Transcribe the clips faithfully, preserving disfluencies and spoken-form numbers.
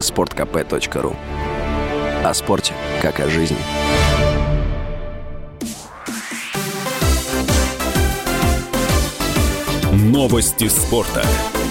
спорт ка пэ точка ру. О спорте, как о жизни. Новости спорта.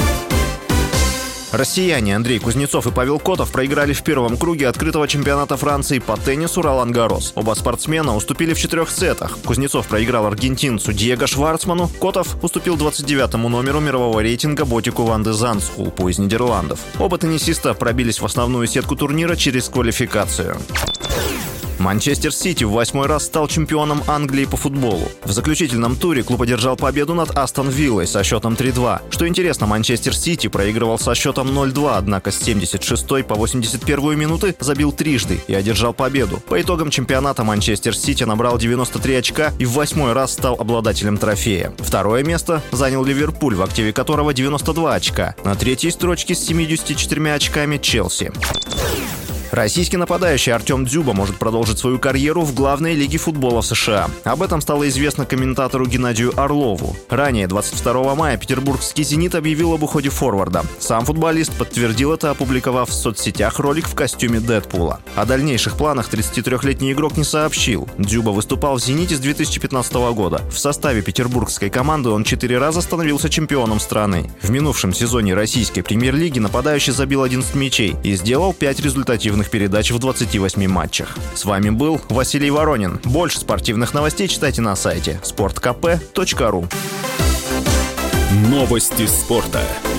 Россияне Андрей Кузнецов и Павел Котов проиграли в первом круге открытого чемпионата Франции по теннису Ролан-Гаррос. Оба спортсмена уступили в четырех сетах. Кузнецов проиграл аргентинцу Диего Шварцману, Котов уступил двадцать девятому номеру мирового рейтинга Ботику ван де Зандскулпу из Нидерландов. Оба теннисиста пробились в основную сетку турнира через квалификацию. Манчестер Сити в восьмой раз стал чемпионом Англии по футболу. В заключительном туре клуб одержал победу над Астон Виллой со счетом три-два. Что интересно, Манчестер Сити проигрывал со счетом ноль-два, однако с семьдесят шестой по восемьдесят первую минуты забил трижды и одержал победу. По итогам чемпионата Манчестер Сити набрал девяносто три очка и в восьмой раз стал обладателем трофея. Второе место занял Ливерпуль, в активе которого девяносто два очка. На третьей строчке с семьюдесятью четырьмя очками Челси. Российский нападающий Артем Дзюба может продолжить свою карьеру в главной лиге футбола в США. Об этом стало известно комментатору Геннадию Орлову. Ранее, двадцать второго мая, петербургский «Зенит» объявил об уходе форварда. Сам футболист подтвердил это, опубликовав в соцсетях ролик в костюме Дэдпула. О дальнейших планах тридцатитрёхлетний игрок не сообщил. Дзюба выступал в «Зените» с две тысячи пятнадцатого года. В составе петербургской команды он четыре раза становился чемпионом страны. В минувшем сезоне российской премьер-лиги нападающий забил одиннадцать мячей и сделал пять результативных передач в двадцати восьми матчах. С вами был Василий Воронин. Больше спортивных новостей читайте на сайте спорт ка пэ точка ру. Новости спорта.